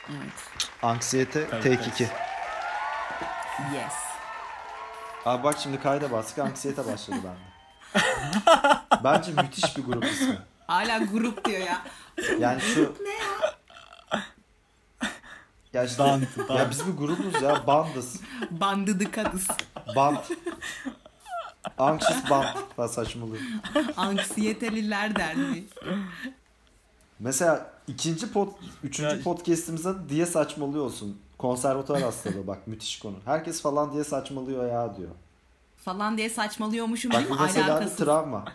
Evet. Anksiyete take 2. Yes. Abi bak şimdi kayda bastık, anksiyete başladı bende. Bence müthiş bir grup ismi. Hala grup diyor ya. Yani şu... Ne ya? Ya işte, ya biz bir grubuz ya, bandız. Bandıdıkadız. Band. Anxious band falan saçmalığı. Anksiyeteliler Derneği. Mesela üçüncü podcast'imize diye saçmalıyor olsun. Konservatuvar hastalığı bak, müthiş konu. Herkes falan diye saçmalıyor ya diyor. Falan diye saçmalıyormuşum Bak değil mi? bu mesela bir Alakasız. travma.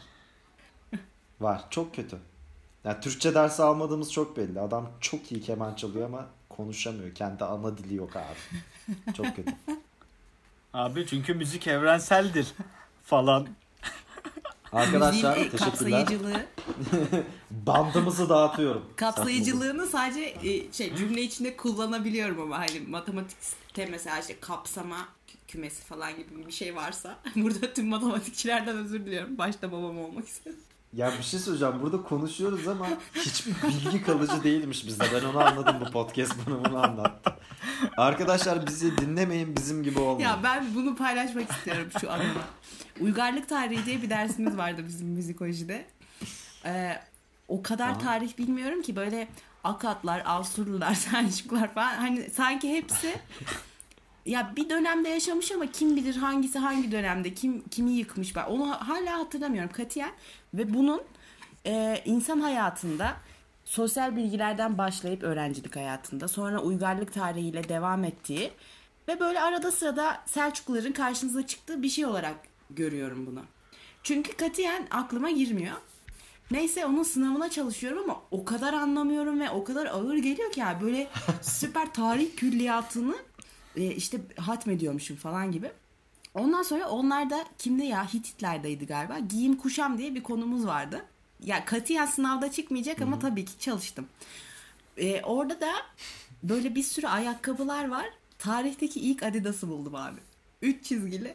Var, çok kötü. Yani Türkçe dersi almadığımız çok belli. Adam çok iyi keman çalıyor ama konuşamıyor. Kendi ana dili yok abi. Çok kötü. Abi çünkü müzik evrenseldir falan. Arkadaşlar Müziğin teşekkürler. kapsayıcılığı. Bandımızı dağıtıyorum. Kapsayıcılığını sadece cümle içinde kullanabiliyorum ama hani matematikte mesela işte kapsama kümesi falan gibi bir şey varsa burada tüm matematikçilerden özür diliyorum. Başta babam olmak istedim. Ya bir şey söyleyeceğim. Burada konuşuyoruz ama hiçbir bilgi kalıcı değilmiş bizde. Ben onu anladım, bu podcast bana bunu anlattı. Arkadaşlar bizi dinlemeyin, bizim gibi olmayın. Ya ben bunu paylaşmak istiyorum şu anıma. Uygarlık tarihi diye bir dersimiz vardı bizim müzikolojide. O kadar tarih bilmiyorum ki böyle Akatlar, Asurlular, Selçuklular falan hani sanki hepsi ya bir dönemde yaşamış ama kim bilir hangisi hangi dönemde kimi yıkmış, ben onu hala hatırlamıyorum katiyen. Ve bunun insan hayatında sosyal bilgilerden başlayıp öğrencilik hayatında sonra uygarlık tarihiyle devam ettiği ve böyle arada sırada Selçukluların karşınıza çıktığı bir şey olarak görüyorum bunu. Çünkü katiyen aklıma girmiyor. Neyse onun sınavına çalışıyorum ama o kadar anlamıyorum ve o kadar ağır geliyor ki yani böyle süper tarih külliyatını işte hatmediyormuşum falan gibi. Ondan sonra onlar da kimde ya, Hititlerdeydi galiba. Giyim kuşam diye bir konumuz vardı. Ya katiyen sınavda çıkmayacak ama tabii ki çalıştım. Orada da böyle bir sürü ayakkabılar var. Tarihteki ilk Adidas'ı buldum abi. 3 çizgili.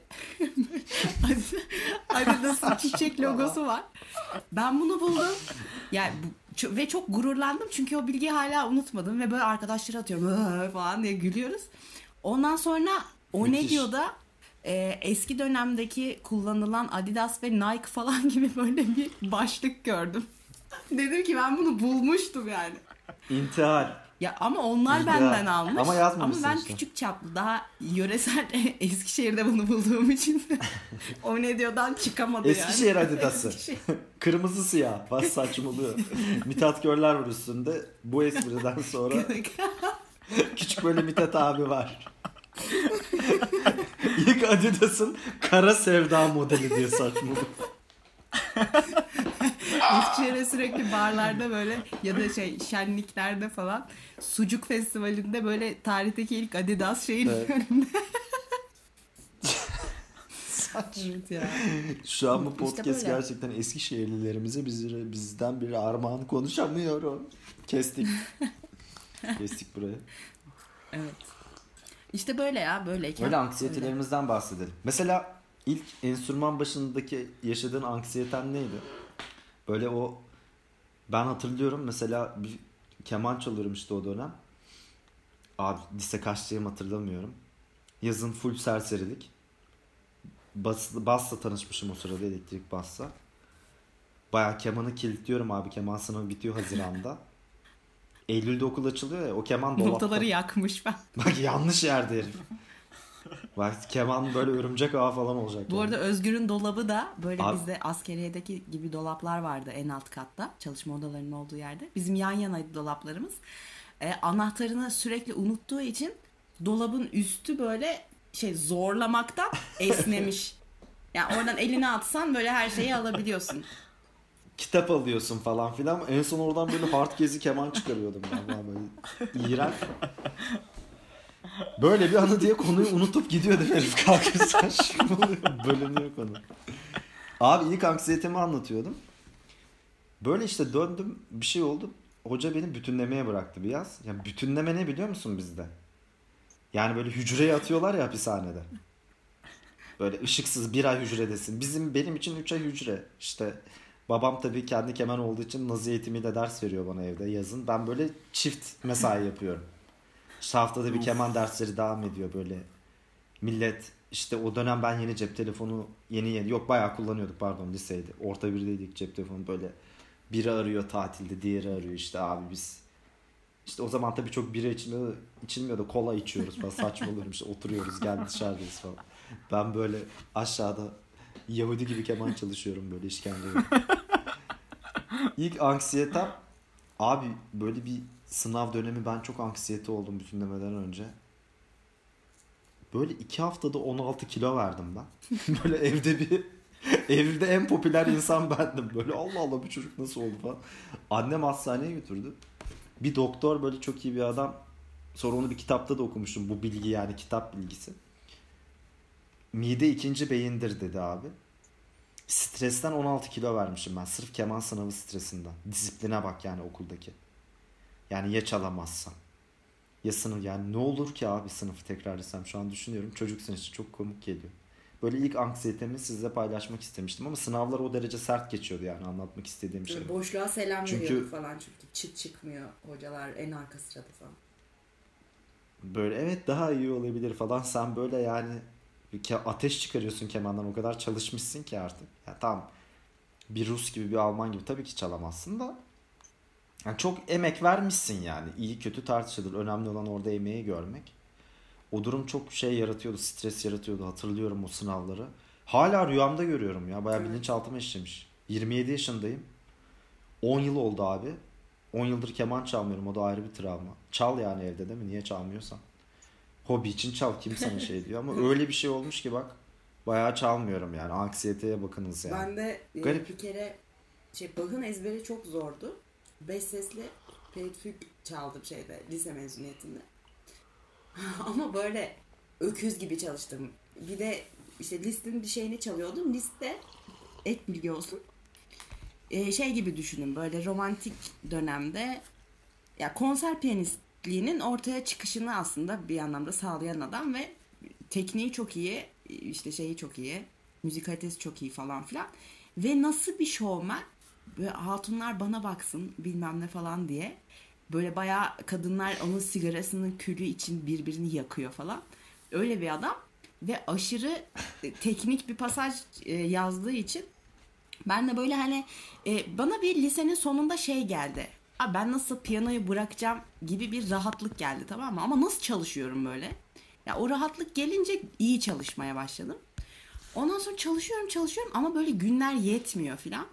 Adidas'ın çiçek logosu var. Ben bunu buldum. Yani ve çok gururlandım çünkü o bilgiyi hala unutmadım ve böyle arkadaşlara atıyorum falan diye gülüyoruz. Ondan sonra o Müthiş. ne diyor da eski dönemdeki kullanılan Adidas ve Nike falan gibi böyle bir başlık gördüm. Dedim ki ben bunu bulmuştum yani. İntihar. Ya ama onlar İntihar. benden almış. Ama yazmamışsın ben işte. küçük çaplı daha yöresel Eskişehir'de bunu bulduğum için o ne diyordan çıkamadı yani. Eskişehir Adidas'ı. Eskişehir. Kırmızı siyah. Bas saçmalıyor. Mithat Görler var üstünde. Bu espriden sonra küçük böyle Mithat abi var. İlk Adidas'ın kara sevda modeli diye saçmalıyor. Eskişehir'e sürekli barlarda böyle ya da şenliklerde falan sucuk festivalinde böyle tarihteki ilk Adidas şeyin önünde. Evet ya. Şu an bu podcast böyle. gerçekten Eskişehirlilerimize bizden bir armağan, konuşamıyorum. Kestik. Kestik burayı. Evet. İşte böyle ya, böyleyken. Öyle anksiyetelerimizden bahsedelim. Mesela ilk enstrüman başındaki yaşadığın anksiyeten neydi? Böyle ben hatırlıyorum mesela bir keman çalıyorum işte o dönem. Abi lise kaçtayım hatırlamıyorum. Yazın full serserilik. Bassla tanışmışım o sırada, elektrik bassa. Bayağı kemanı kilitliyorum abi. Keman sınavı bitiyor Haziran'da. Eylül'de okul açılıyor ya, o keman dolapta. Notaları yakmış ben. Bak yanlış yerde herif. Bak keman böyle örümcek ağı falan olacak. Bu yani. arada Özgür'ün dolabı da böyle Abi. bizde askeriyedeki gibi dolaplar vardı en alt katta. Çalışma odalarının olduğu yerde. Bizim yan yanaydı dolaplarımız. Anahtarını sürekli unuttuğu için dolabın üstü böyle zorlamaktan esnemiş. Yani oradan elini atsan böyle her şeyi alabiliyorsun. Kitap alıyorsun falan filan. En son oradan böyle hard gezi keman çıkarıyordum ben. Böyle iğrenç. Böyle bir anı diye konuyu unutup gidiyordu herif, kalkırsan şimdi bölünüyor konu. Abi ilk anksiyetemi anlatıyordum. Böyle işte döndüm, bir şey oldu. Hoca beni bütünlemeye bıraktı bir yaz. Ya bütünleme ne biliyor musun bizde? Yani böyle hücreye atıyorlar ya hapishanede. Böyle ışıksız bir ay hücredesin. Benim için 3 ay hücre. İşte babam tabii kendi keman olduğu için Nazi eğitimiyle ders veriyor bana evde yazın. Ben böyle çift mesai yapıyorum. İşte haftada bir keman dersleri devam ediyor böyle. Millet işte o dönem ben yeni cep telefonu yeni yok bayağı kullanıyorduk pardon liseydi. Orta birdeydik cep telefonu böyle biri arıyor tatilde diğeri arıyor işte abi biz işte o zaman tabii çok bira içilmiyor da kola içiyoruz falan saçmalıyorum işte oturuyoruz gel dışarıdayız falan. Ben böyle aşağıda Yahudi gibi keman çalışıyorum böyle işkence. İlk anksiyetem abi böyle bir sınav dönemi ben çok anksiyete oldum bütün demeden önce. Böyle 2 haftada 16 kilo verdim ben. Böyle evde en popüler insan bendim. Böyle Allah Allah bu çocuk nasıl oldu falan. Annem hastaneye götürdü. Bir doktor böyle çok iyi bir adam. Sonra onu bir kitapta da okumuştum. Bu bilgi yani kitap bilgisi. Mide ikinci beyindir dedi abi. Stresten 16 kilo vermişim ben. Sırf keman sınavı stresinden. Disipline bak yani okuldaki. Yani ya çalamazsam. Ya sınıf yani ne olur ki abi sınıfı tekrarlasam şu an düşünüyorum. Çocuksun işte çok komik geliyor. Böyle ilk anksiyetemi sizle paylaşmak istemiştim ama sınavlar o derece sert geçiyordu yani anlatmak istediğim şey. Boşluğa selam veriyorduk falan çünkü çıt çıkmıyor hocalar en arka sırada falan. Böyle evet daha iyi olabilir falan sen böyle yani ateş çıkarıyorsun kemandan o kadar çalışmışsın ki artık. Yani tamam bir Rus gibi bir Alman gibi tabii ki çalamazsın da yani çok emek vermişsin yani. İyi kötü tartışılır. Önemli olan orada emeği görmek. O durum çok şey yaratıyordu. Stres yaratıyordu. Hatırlıyorum o sınavları. Hala rüyamda görüyorum ya. Bayağı bilinçaltıma işlemiş. 27 yaşındayım. 10 yıl oldu abi. 10 yıldır keman çalmıyorum. O da ayrı bir travma. Çal yani evde değil mi? Niye çalmıyorsan? Hobi için çal. Kim sana şey diyor. Ama öyle bir şey olmuş ki bak. Bayağı çalmıyorum yani. Anksiyeteye bakınız yani. Ben de bir kere Bach'ın ezberi çok zordu. 5 sesli Peyit Füg çaldım lise mezuniyetinde. Ama böyle öküz gibi çalıştım. Bir de işte Liszt'in bir şeyini çalıyordum. Liszt'te ek bilgi olsun. Gibi düşünün böyle romantik dönemde ya konser piyanistliğinin ortaya çıkışını aslında bir anlamda sağlayan adam ve tekniği çok iyi, işte çok iyi, müzikalitesi çok iyi falan filan. Ve nasıl bir şovmen böyle hatunlar bana baksın bilmem ne falan diye böyle bayağı kadınlar onun sigarasının külü için birbirini yakıyor falan. Öyle bir adam ve aşırı teknik bir pasaj yazdığı için ben de böyle hani bana bir lisenin sonunda geldi. Abi ben nasıl piyanoyu bırakacağım gibi bir rahatlık geldi tamam mı? Ama nasıl çalışıyorum böyle? Ya o rahatlık gelince iyi çalışmaya başladım. Ondan sonra çalışıyorum ama böyle günler yetmiyor filan.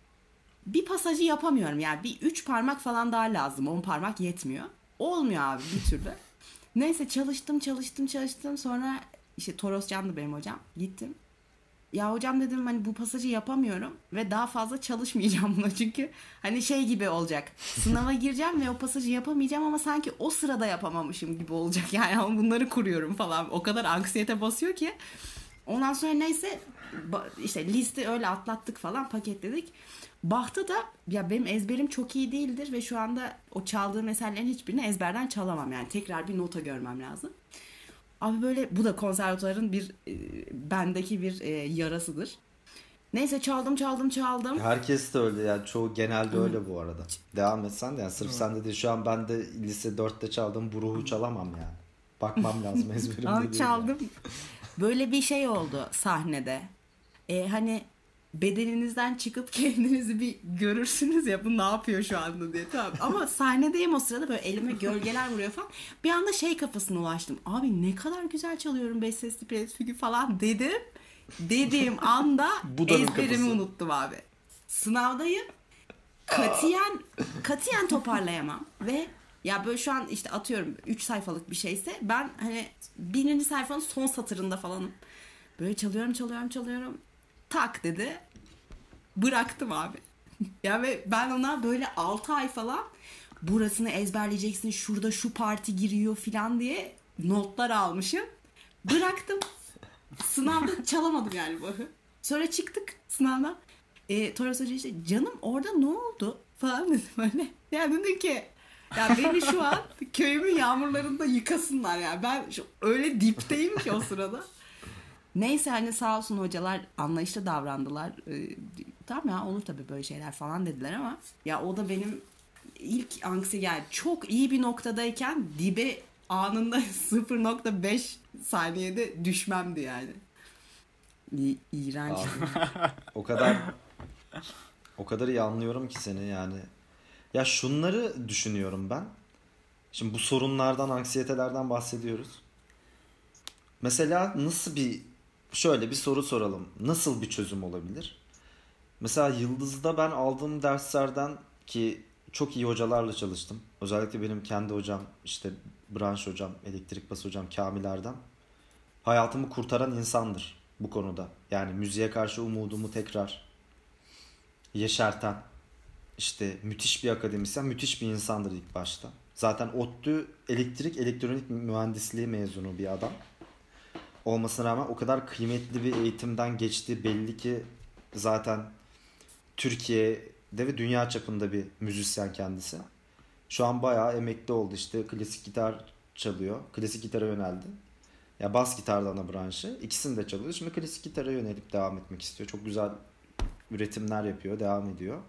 Bir pasajı yapamıyorum yani bir 3 parmak falan daha lazım 10 parmak yetmiyor. Olmuyor abi bir türlü. Neyse çalıştım sonra işte Toroscan'dı benim hocam gittim. Ya hocam dedim hani bu pasajı yapamıyorum ve daha fazla çalışmayacağım buna çünkü hani gibi olacak. Sınava gireceğim ve o pasajı yapamayacağım ama sanki o sırada yapamamışım gibi olacak yani bunları kuruyorum falan. O kadar anksiyete basıyor ki. Ondan sonra neyse işte listi öyle atlattık falan paketledik. Bach'ta da ya benim ezberim çok iyi değildir ve şu anda o çaldığım eserlerin hiçbirini ezberden çalamam yani tekrar bir nota görmem lazım. Abi böyle bu da konservatuvarın bir bendeki bir yarasıdır. Neyse çaldım. Herkes de öyle yani çoğu genelde öyle bu arada. Devam etsen de yani sırf sende de şu an ben de lise 4'te çaldığım bu ruhu çalamam yani. Bakmam lazım ezberimde. Çaldım. Yani. Böyle bir oldu sahnede. Hani bedeninizden çıkıp kendinizi bir görürsünüz ya bu ne yapıyor şu anda diye tamam. Ama sahnedeyim o sırada böyle elime gölgeler vuruyor falan. Bir anda kafasına ulaştım. Abi ne kadar güzel çalıyorum 5 sesli Peyit Füg'ü falan dedim. Dediğim anda ezberimi unuttum abi. Sınavdayım. Katiyen toparlayamam ve ya böyle şu an işte atıyorum 3 sayfalık bir şeyse ben hani 1. sayfanın son satırında falanım. Böyle çalıyorum. Tak dedi. Bıraktım abi. Ya ve ben ona böyle 6 ay falan burasını ezberleyeceksin. Şurada şu parti giriyor falan diye notlar almışım. Bıraktım. Sınavda çalamadım yani bu. Sonra çıktık sınavdan. Toros Hoca işte canım orada ne oldu falan dedi böyle. Ya dedim ki ya beni şu an köyümün yağmurlarında yıkasınlar ya. Ben öyle dipteyim ki o sırada. Neyse hani sağ olsun hocalar anlayışlı davrandılar. Tamam ya olur tabii böyle şeyler falan dediler ama ya o da benim ilk anksiyete yani çok iyi bir noktadayken dibe anında 0.5 saniyede düşmemdi yani. İğrenç. Abi, o kadar iyi anlıyorum ki seni yani. Ya şunları düşünüyorum ben. Şimdi bu sorunlardan, anksiyetelerden bahsediyoruz. Mesela şöyle bir soru soralım. Nasıl bir çözüm olabilir? Mesela Yıldız'da ben aldığım derslerden ki çok iyi hocalarla çalıştım. Özellikle benim kendi hocam, işte branş hocam, elektrik bas hocam Kamil Erdem. Hayatımı kurtaran insandır bu konuda. Yani müziğe karşı umudumu tekrar yeşerten, işte müthiş bir akademisyen, müthiş bir insandır ilk başta. Zaten ODTÜ elektrik elektronik mühendisliği mezunu bir adam olmasına rağmen o kadar kıymetli bir eğitimden geçti belli ki zaten Türkiye'de ve dünya çapında bir müzisyen kendisi. Şu an bayağı emekli oldu, işte klasik gitar çalıyor. Klasik gitara yöneldi. Ya bas gitarda ana branşı. İkisini de çalıyor. Şimdi klasik gitara yönelip devam etmek istiyor. Çok güzel üretimler yapıyor, devam ediyor.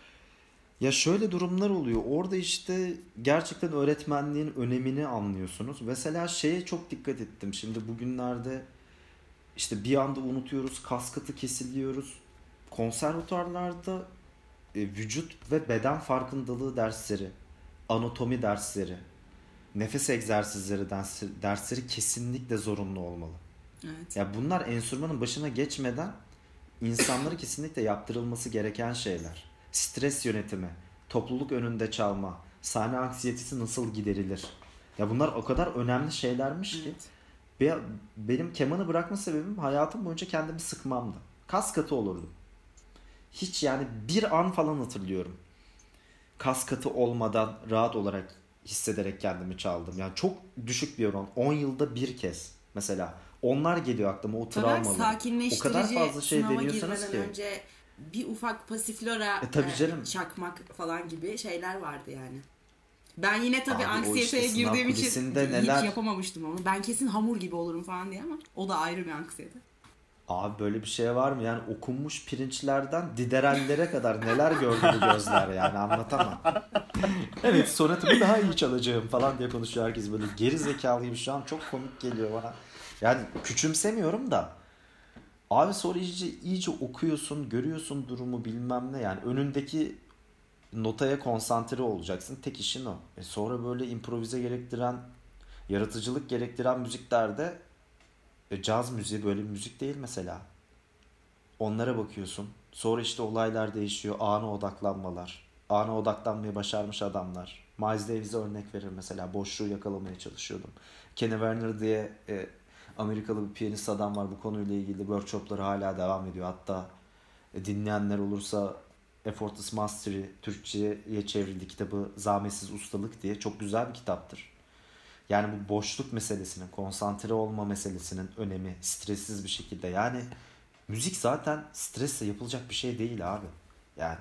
Ya şöyle durumlar oluyor. Orada işte gerçekten öğretmenliğin önemini anlıyorsunuz. Mesela şeye çok dikkat ettim. Şimdi bugünlerde işte bir anda unutuyoruz, kas katı kesiliyoruz. Konservatuarlarda vücut ve beden farkındalığı dersleri, anatomi dersleri, nefes egzersizleri dersleri kesinlikle zorunlu olmalı. Evet. Ya bunlar enstrümanın başına geçmeden insanları kesinlikle yaptırılması gereken şeyler. Stres yönetimi, topluluk önünde çalma, sahne anksiyetesi nasıl giderilir? Ya bunlar o kadar önemli şeylermiş ki. Evet. Benim kemanı bırakma sebebim hayatım boyunca kendimi sıkmamdı. Kas katı olurdum. Hiç yani bir an falan hatırlıyorum. Kas katı olmadan rahat olarak hissederek kendimi çaldım. Yani çok düşük bir oran. 10 yılda bir kez mesela. Onlar geliyor aklıma, o travmalı. Sakinleştirici o kadar fazla şey sınava deniyorsunuz girmeden ki. önce bir ufak pasiflora Tabii canım. çakmak falan gibi şeyler vardı yani. Ben yine tabii Abi o anksiyeteye işte sınav girdiğim için kulisinde hiç neler- yapamamıştım onu. Ben kesin hamur gibi olurum falan diye ama o da ayrı bir anksiyete. Abi böyle bir şey var mı? Yani okunmuş pirinçlerden diderellere kadar neler gördü bu gözler, yani anlatamam. Evet, sonatımı daha iyi çalacağım falan diye konuşuyor herkes, böyle geri zekalıyım şu an, çok komik geliyor bana. Yani küçümsemiyorum da. Abi sonra iyice okuyorsun, görüyorsun durumu bilmem ne, yani önündeki notaya konsantre olacaksın, tek işin o. Sonra böyle improvize gerektiren, yaratıcılık gerektiren müziklerde caz müziği böyle bir müzik değil mesela. Onlara bakıyorsun. Sonra işte olaylar değişiyor. Ana odaklanmalar. Ana odaklanmayı başarmış adamlar. Miles Davis'e örnek verir mesela. Boşluğu yakalamaya çalışıyordum. Kenny Werner diye Amerikalı bir piyanist adam var. Bu konuyla ilgili workshopları hala devam ediyor. Hatta dinleyenler olursa Effortless Mastery, Türkçe'ye çevrildi kitabı, Zahmetsiz Ustalık diye, çok güzel bir kitaptır. Yani bu boşluk meselesinin, konsantre olma meselesinin önemi, stressiz bir şekilde. Yani müzik zaten stresle yapılacak bir şey değil abi. Yani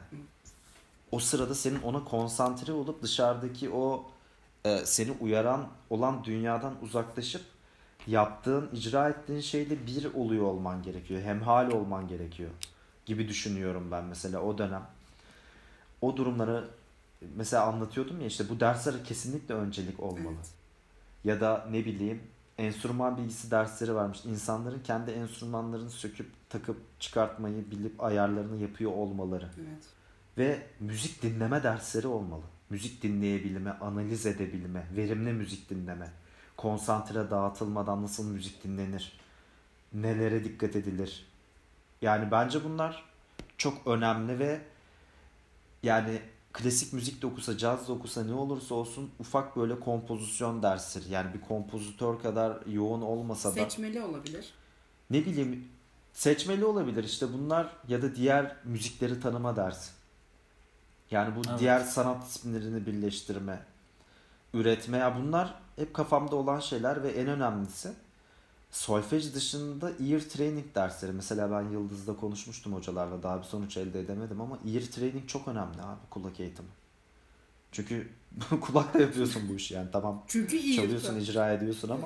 o sırada senin ona konsantre olup dışarıdaki o seni uyaran olan dünyadan uzaklaşıp yaptığın, icra ettiğin şeyle bir oluyor olman gerekiyor. Hemhal olman gerekiyor gibi düşünüyorum ben mesela o dönem. O durumları mesela anlatıyordum ya, işte bu derslere kesinlikle öncelik olmalı. Evet. Ya da ne bileyim, enstrüman bilgisi dersleri varmış. İnsanların kendi enstrümanlarını söküp takıp çıkartmayı bilip ayarlarını yapıyor olmaları. Evet. Ve müzik dinleme dersleri olmalı. Müzik dinleyebilme, analiz edebilme, verimli müzik dinleme. Konsantre dağıtılmadan nasıl müzik dinlenir? Nelere dikkat edilir? Yani bence bunlar çok önemli ve yani klasik müzik de okusa, caz da okusa, ne olursa olsun ufak böyle kompozisyon dersleri. Yani bir kompozitör kadar yoğun olmasa da Seçmeli olabilir. ne bileyim, seçmeli olabilir işte bunlar, ya da diğer müzikleri tanıma dersi. Yani bu Evet. diğer sanat isimlerini birleştirme, üretme, ya bunlar hep kafamda olan şeyler ve en önemlisi solfej dışında ear training dersleri. Mesela ben Yıldız'da konuşmuştum hocalarla, daha bir sonuç elde edemedim ama ear training çok önemli abi, kulak eğitimi. Çünkü kulakla yapıyorsun bu işi yani, tamam Çünkü iyi. çalıyorsun, icra ediyorsun ama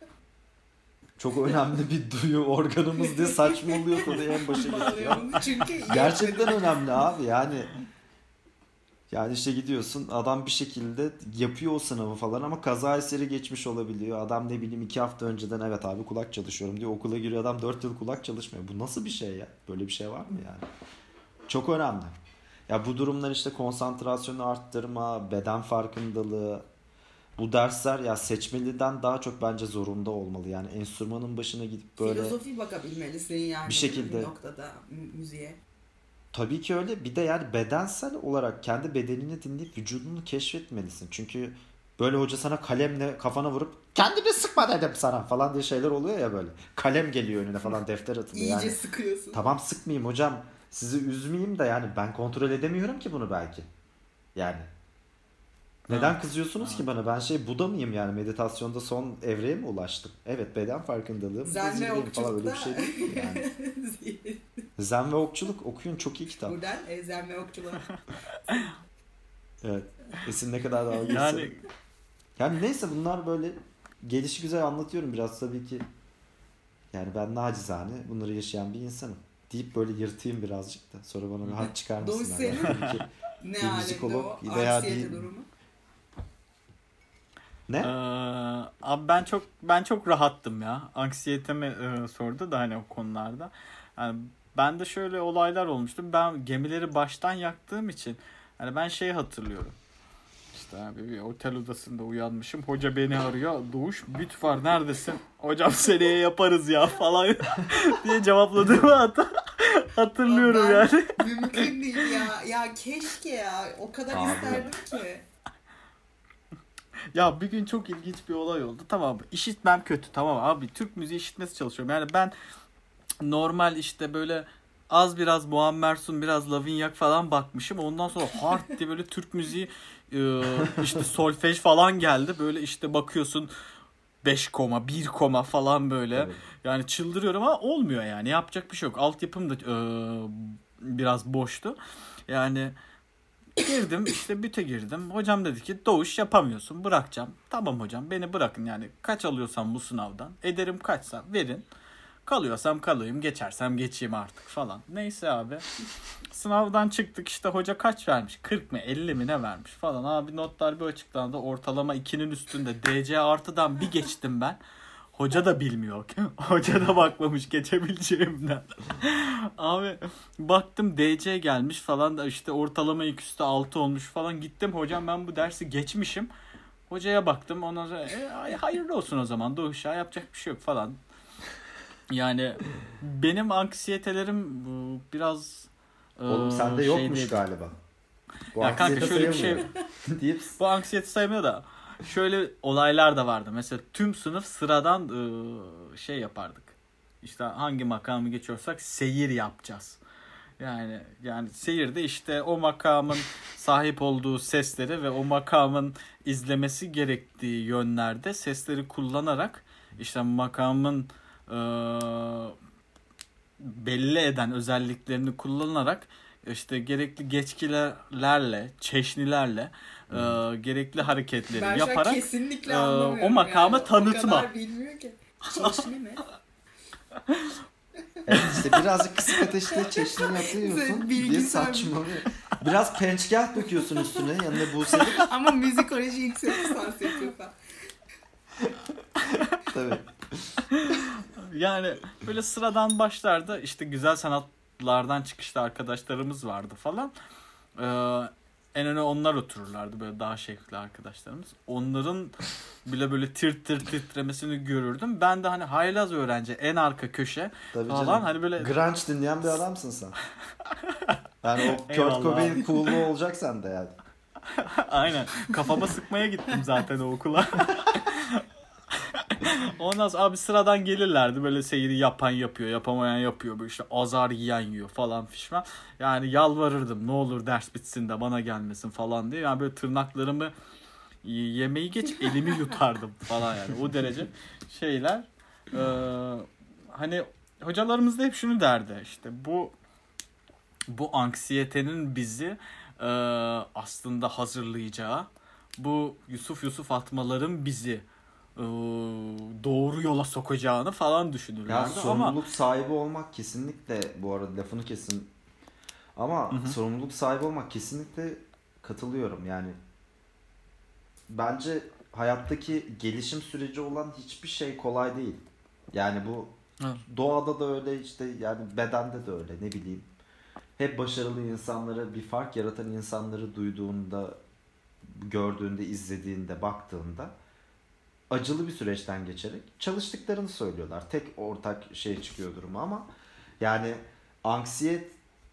çok önemli bir duyu organımız diye saçmalıyor konuyu en başa getiriyor. Çünkü iyi. Gerçekten önemli abi, yani Yani işte gidiyorsun adam bir şekilde yapıyor o sınavı falan ama kaza eseri geçmiş olabiliyor. Adam ne bileyim 2 hafta önceden evet abi kulak çalışıyorum diyor. Okula giriyor adam 4 yıl kulak çalışmıyor. Bu nasıl bir şey ya? Böyle bir şey var mı yani? Çok önemli. Ya bu durumlar işte konsantrasyonu arttırma, beden farkındalığı. Bu dersler ya seçmeliden daha çok bence zorunda olmalı. Yani enstrümanın başına gidip böyle Filozofi bakabilmelisin yani bir şekilde. bir noktada müziğe. Tabii ki öyle. Bir de yani bedensel olarak kendi bedenini dinleyip vücudunu keşfetmelisin. Çünkü böyle hoca sana kalemle kafana vurup kendini sıkma dedim sana falan diye şeyler oluyor ya böyle. Kalem geliyor önüne falan defter atılıyor. İyice Yani sıkıyorsun. tamam sıkmayayım hocam sizi üzmeyeyim de yani ben kontrol edemiyorum ki bunu belki. Yani neden kızıyorsunuz ki bana? Ben Buda mıyım yani meditasyonda son evreye mi ulaştım? Evet beden farkındalığım. Zen ve falan öyle bir okçulukta. şey değil mi yani? Zen ve okçuluk okuyun çok iyi kitap. Buradan zen ve okçuluğa. Evet. Esin ne kadar dalga geçse. Yani neyse bunlar böyle gelişigüzel anlatıyorum biraz tabii ki. Yani ben nacizane bunları yaşayan bir insanım. Deyip böyle yırtayım birazcık da. Sonra bana bir hat çıkarmasınlar. Yani tabii ki Ne bir alemde müzikolog o veya anksiyete bir... durumu? Ne? Abi ben çok rahattım ya. Anksiyetemi sordu da hani o konularda. Yani ben de şöyle olaylar olmuştu. Ben gemileri baştan yaktığım için hani ben şeyi hatırlıyorum. İşte abi bir otel odasında uyanmışım. Hoca beni arıyor. Doğuş büt var neredesin? Hocam seneye yaparız ya falan diye cevapladığımı hatırlıyorum yani. Mümkün değil ya. Ya keşke ya. O kadar Abi. isterdim ki. Ya bir gün çok ilginç bir olay oldu. Tamam işitmem kötü tamam abi. Türk müziği işitmesi çalışıyorum. Yani ben normal işte böyle az biraz Muammer Sun biraz Lavinyak falan bakmışım. Ondan sonra hard diye böyle Türk müziği işte solfej falan geldi. Böyle işte bakıyorsun 5 koma 1 koma falan böyle. Tabii. Yani çıldırıyorum ama olmuyor yani. Yapacak bir şey yok. Altyapım da biraz boştu. Yani girdim işte büte girdim. Hocam dedi ki Doğuş yapamıyorsun bırakacağım. Tamam hocam beni bırakın yani kaç alıyorsam bu sınavdan. Ederim kaçsa verin. Kalıyorsam kalayım geçersem geçeyim artık falan. Neyse abi. Sınavdan çıktık işte hoca kaç vermiş? 40 mı 50 mi ne vermiş falan. Abi notlar bir açıklandı. Ortalama 2'nin üstünde. DC artıdan bir geçtim ben. Hoca da bilmiyor. Hoca da bakmamış geçebileceğimden. Abi baktım DC gelmiş falan da işte ortalama ilk üstü 6 olmuş falan. Gittim hocam ben bu dersi geçmişim. Hocaya baktım ondan sonra hayırlı olsun o zaman Doğuş'a yapacak bir şey yok falan. Yani benim anksiyetelerim biraz Oğlum sende yokmuş değil. galiba. Bu ya kanka şöyle bir şey deyip... bu anksiyete saymıyor da şöyle olaylar da vardı. Mesela tüm sınıf sıradan şey yapardık. İşte hangi makamı geçiyorsak seyir yapacağız. Yani seyirde işte o makamın sahip olduğu sesleri ve o makamın izlemesi gerektiği yönlerde sesleri kullanarak işte makamın belli eden özelliklerini kullanarak işte gerekli geçkilerle, çeşnilerle gerekli hareketleri Ben yaparak kesinlikle anlamıyorum o makamı yani. tanıtma. O kadar bilmiyor ki. Çeşni mi? Evet işte birazcık kısık ateşte çeşni yapıyorsun diye saçmalıyor. Biraz pençkah döküyorsun üstüne yanında Buse'lik. Ama müzikoloji yüksek lisans yapıyor falan. Tabii. Yani böyle sıradan başlarda işte güzel sanatlardan çıkışta arkadaşlarımız vardı falan. En öne onlar otururlardı böyle daha şevkli arkadaşlarımız. Onların bile böyle titremesini görürdüm. Ben de hani haylaz öğrenci en arka köşe Tabii falan canım. hani böyle Grunge dinleyen bir adamsın sen. Yani o Eyvallah. Kurt Cobain cool'luğu olacak sende yani. aynen kafama sıkmaya gittim zaten o okula. Ondan sonra abi sıradan gelirlerdi böyle seyiri yapan yapıyor yapamayan yapıyor böyle işte azar yiyen yiyor falan fişman. Yani yalvarırdım ne olur ders bitsin de bana gelmesin falan diye. Yani böyle tırnaklarımı yemeği geç elimi yutardım falan yani o derece şeyler. Hani hocalarımız da hep şunu derdi işte bu anksiyetenin bizi aslında hazırlayacağı bu Yusuf atmaların bizi doğru yola sokacağını falan düşünürlerdi. Ya sorumluluk sahibi olmak kesinlikle bu arada lafını kesin ama sorumluluk sahibi olmak kesinlikle katılıyorum yani. Bence hayattaki gelişim süreci olan hiçbir şey kolay değil. Yani bu Evet. doğada da öyle, işte yani bedende de öyle, ne bileyim. Hep başarılı insanları, bir fark yaratan insanları duyduğunda, gördüğünde, izlediğinde, baktığında acılı bir süreçten geçerek çalıştıklarını söylüyorlar. Tek ortak şey çıkıyor durumu ama yani anksiyete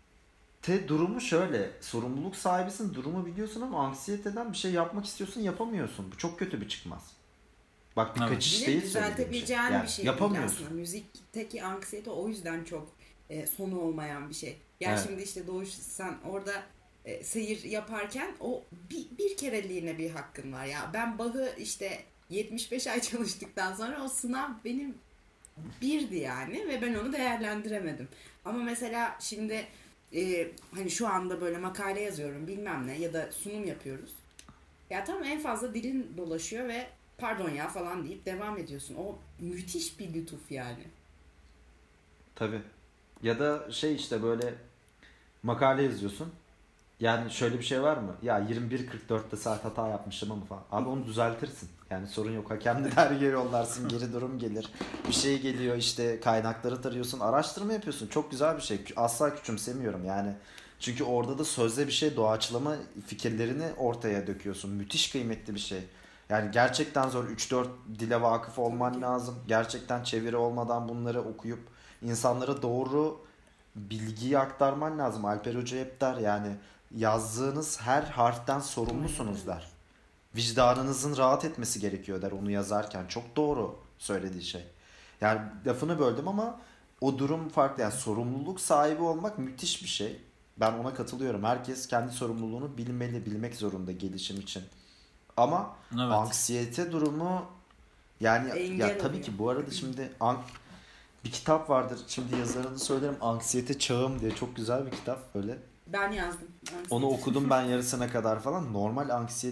durumu şöyle. Sorumluluk sahibisin, durumu biliyorsun ama anksiyeteden bir şey yapmak istiyorsun, yapamıyorsun. Bu çok kötü bir çıkmaz. Bak bir Evet. kaçış Bir de değil söylediğim şey. düzeltebileceğin Yani bir şey değil yapamıyorsun. aslında. Müzikteki anksiyete o yüzden çok sonu olmayan bir şey. Yani Evet. şimdi işte Doğuş, sen orada seyir yaparken o bir kereliğine bir hakkın var. Ya ben Bach'ı işte 75 ay çalıştıktan sonra o sınav benim birdi yani ve ben onu değerlendiremedim. Ama mesela şimdi hani şu anda böyle makale yazıyorum bilmem ne ya da sunum yapıyoruz. Ya tam en fazla dilin dolaşıyor ve pardon ya falan deyip devam ediyorsun. O müthiş bir lütuf yani. Tabii. Ya da şey işte böyle makale yazıyorsun. Yani şöyle bir şey var mı? Ya 21.44'te saat hata yapmışım ama falan. Abi onu düzeltirsin. Yani sorun yok. Hakemli dergi yollarsın. Geri durum gelir. Bir şey geliyor, işte kaynakları tarıyorsun. Araştırma yapıyorsun. Çok güzel bir şey. Asla küçümsemiyorum yani. Çünkü orada da sözde bir şey, doğaçlama fikirlerini ortaya döküyorsun. Müthiş kıymetli bir şey. Yani gerçekten zor. 3-4 dile vakıf olman lazım. Gerçekten çeviri olmadan bunları okuyup insanlara doğru bilgiyi aktarman lazım. Alper Hoca hep der yani, yazdığınız her harften sorumlusunuz der. Vicdanınızın rahat etmesi gerekiyor der onu yazarken. Çok doğru söylediği şey. Yani lafını böldüm ama o durum farklı. Yani sorumluluk sahibi olmak müthiş bir şey. Ben ona katılıyorum. Herkes kendi sorumluluğunu bilmeli, bilmek zorunda gelişim için. Ama Evet. anksiyete durumu yani Engel ya tabii oluyor. ki bu arada şimdi bir kitap vardır. Şimdi yazarını söylerim. Anksiyete Çağım diye, çok güzel bir kitap böyle. Ben yazdım. Onu okudum ben yarısına kadar falan. Normal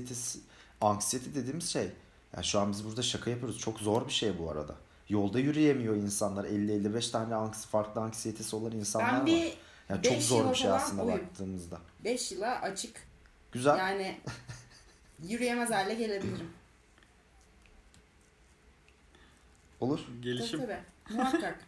anksiyete dediğimiz şey. Yani şu an biz burada şaka yapıyoruz. Çok zor bir şey bu arada. Yolda yürüyemiyor insanlar. 50-55 tane farklı anksiyetesi olan insanlar Ben var. bir Yani çok 5 zor yıla bir şey falan aslında oyum. baktığımızda. 5 yıla açık. Güzel. Yani yürüyemez hale gelebilirim. Olur. Gelişim. Tabii. Muhakkak.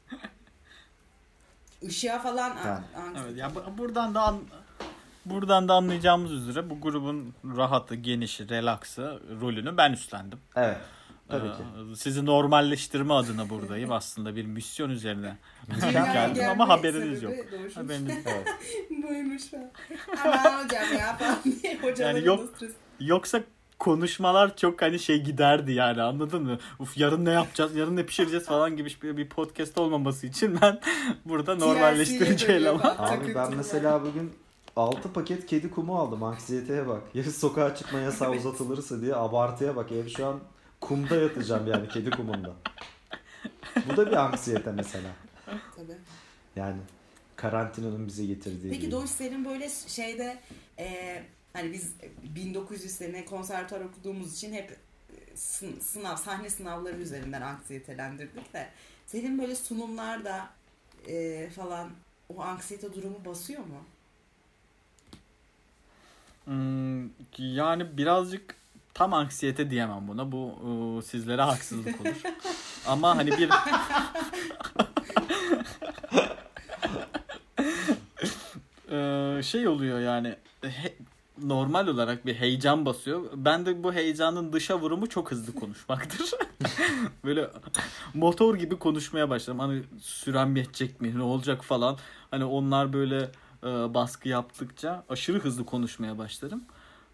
Işığa falan Yani. Evet ya buradan da anlayacağımız üzere bu grubun rahatı, genişi, relaksı rolünü ben üstlendim. Evet. Tabii ki. Sizi normalleştirme adına buradayım. Aslında bir misyon üzerine Dünyaya geldim gelme ama haberiniz sebebi yok. Doğuş'un. Evet. Buymuş falan. Aman hocam ya falan diye hocaların Yani yok. da stres. Yoksa konuşmalar çok hani şey giderdi yani, anladın mı? Uf, yarın ne yapacağız, yarın ne pişireceğiz falan gibi bir podcast olmaması için ben burada normalleştirici TLC'ye eleman. bak, Abi ben takıntılı mesela bugün 6 paket kedi kumu aldım. Anksiyeteye bak. Yarın sokağa çıkma yasağı uzatılırsa diye abartıya bak. Ev şu an kumda yatacağım yani, kedi kumunda. Bu da bir anksiyete mesela. Tabii. Yani karantinanın bize getirdiği. Peki gibi. Doğuş, senin böyle şeyde hani biz 1900 sene konservatuar okuduğumuz için hep sahne sınavları üzerinden anksiyetelendirdik de senin böyle sunumlarda falan o anksiyete durumu basıyor mu? Yani birazcık tam anksiyete diyemem buna. Bu sizlere haksızlık olur. Ama hani bir şey oluyor yani, normal olarak bir heyecan basıyor. Ben de bu heyecanın dışa vurumu çok hızlı konuşmaktır. Böyle motor gibi konuşmaya başlarım. Hani sürem yetecek mi, ne olacak falan. Hani onlar böyle baskı yaptıkça aşırı hızlı konuşmaya başlarım.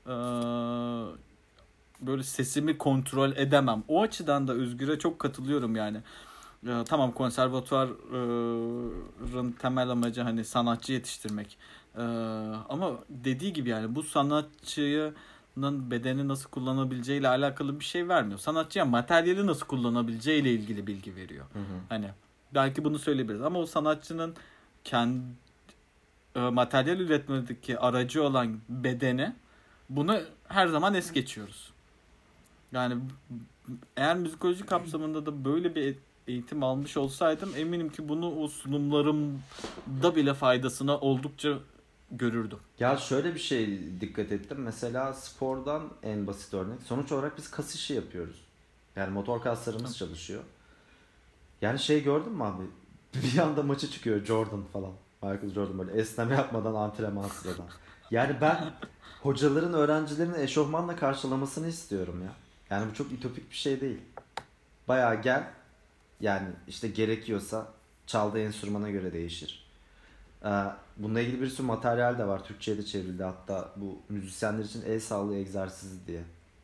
Böyle sesimi kontrol edemem. O açıdan da Özgür'e çok katılıyorum yani. Tamam, konservatuvarın temel amacı hani sanatçı yetiştirmek. Ama dediği gibi yani bu sanatçının bedeni nasıl kullanabileceğiyle alakalı bir şey vermiyor. Sanatçıya materyali nasıl kullanabileceğiyle ilgili bilgi veriyor. Hı hı. Hani belki bunu söyleyebiliriz ama o sanatçının kendi materyal üretmedeki aracı olan bedeni, bunu her zaman es geçiyoruz. Yani eğer müzikoloji kapsamında da böyle bir eğitim almış olsaydım eminim ki bunu o sunumlarımda bile faydasına oldukça görürdüm. Ya şöyle bir şey dikkat ettim. Mesela spordan en basit örnek. Sonuç olarak biz kas işi yapıyoruz. Yani motor kaslarımız çalışıyor. Yani şey gördün mü abi? Bir anda maçı çıkıyor Jordan falan. Michael Jordan böyle esneme yapmadan antrenman sıradan. Yani ben hocaların öğrencilerini eşofmanla karşılamasını istiyorum ya. Yani bu çok ütopik bir şey değil. Bayağı gel. Yani işte gerekiyorsa çaldığı enstrümana göre değişir. Bununla ilgili bir sürü materyal de var. Türkçe'ye de çevrildi hatta bu müzisyenler için el sağlığı egzersizi diye.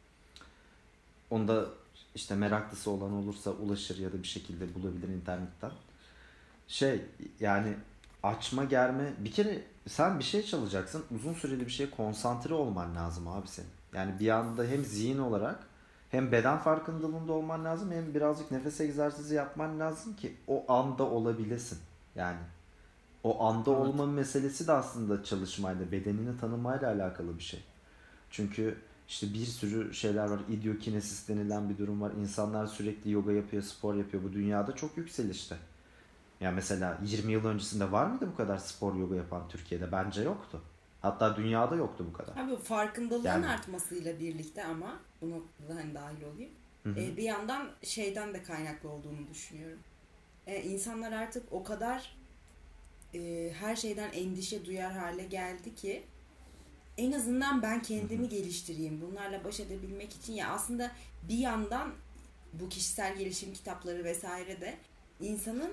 Onu da işte meraklısı olan olursa ulaşır ya da bir şekilde bulabilir internetten. Şey yani açma germe bir kere sen bir şey çalacaksın uzun süreli bir şeye konsantre olman lazım abi senin. Yani bir anda hem zihin olarak hem beden farkındalığında olman lazım hem birazcık nefes egzersizi yapman lazım ki o anda olabilesin. Yani o anda Evet. olma meselesi de aslında çalışmayla, bedenini tanımayla alakalı bir şey. Çünkü işte bir sürü şeyler var. İdiokinesis denilen bir durum var. İnsanlar sürekli yoga yapıyor, spor yapıyor. Bu dünyada çok yükselişte. Yani mesela 20 yıl öncesinde var mıydı bu kadar spor yoga yapan Türkiye'de? Bence yoktu. Hatta dünyada yoktu bu kadar. Abi farkındalığın Yani. artmasıyla birlikte ama bu noktada hani dahil olayım. Hı hı. Bir yandan şeyden de kaynaklı olduğunu düşünüyorum. İnsanlar artık o kadar her şeyden endişe duyar hale geldi ki en azından ben kendimi geliştireyim. Bunlarla baş edebilmek için ya aslında bir yandan bu kişisel gelişim kitapları vesaire de insanın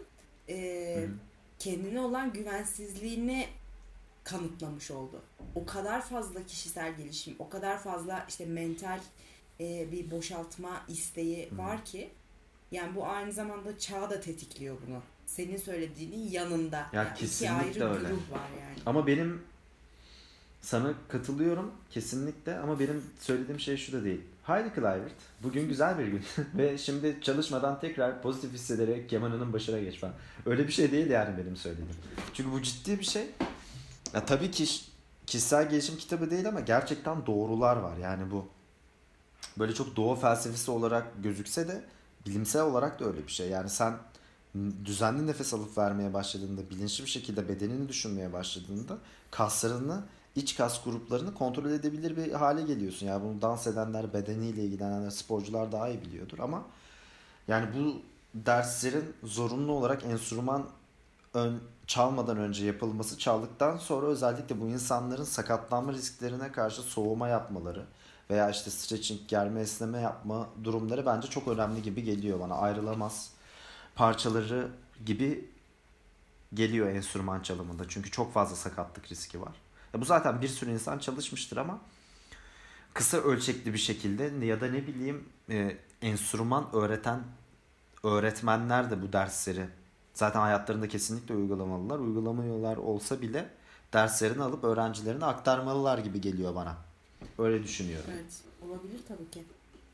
kendine olan güvensizliğini kanıtlamış oldu. O kadar fazla kişisel gelişim, o kadar fazla işte mental bir boşaltma isteği var ki yani bu aynı zamanda çağ da tetikliyor bunu. Senin söylediğinin yanında. Ya yani iki kesinlikle ayrı öyle. grup var yani. Ama benim sana katılıyorum kesinlikle ama benim söylediğim şey şu da değil. Haydi Clivert, bugün güzel bir gün ve şimdi çalışmadan tekrar pozitif hissederek kemanının başına geç falan. Öyle bir şey değil yani benim söylediğim. Çünkü bu ciddi bir şey. Ya tabii ki kişisel gelişim kitabı değil ama gerçekten doğrular var. Yani bu böyle çok doğu felsefesi olarak gözükse de bilimsel olarak da öyle bir şey. Yani sen düzenli nefes alıp vermeye başladığında, bilinçli bir şekilde bedenini düşünmeye başladığında kaslarını, iç kas gruplarını kontrol edebilir bir hale geliyorsun. Yani bunu dans edenler, bedeniyle ilgilenenler, sporcular daha iyi biliyordur ama yani bu derslerin zorunlu olarak enstrüman çalmadan önce yapılması, çaldıktan sonra özellikle bu insanların sakatlanma risklerine karşı soğuma yapmaları veya işte stretching, germe, esneme yapma durumları bence çok önemli gibi geliyor bana. Ayrılamaz parçaları gibi geliyor enstrüman çalımında. Çünkü çok fazla sakatlık riski var. Bu zaten bir sürü insan çalışmıştır ama kısa ölçekli bir şekilde ya da ne bileyim enstrüman öğreten öğretmenler de bu dersleri zaten hayatlarında kesinlikle uygulamalılar. Uygulamıyorlar olsa bile derslerini alıp öğrencilerine aktarmalılar gibi geliyor bana. Öyle düşünüyorum. Evet, olabilir tabii ki.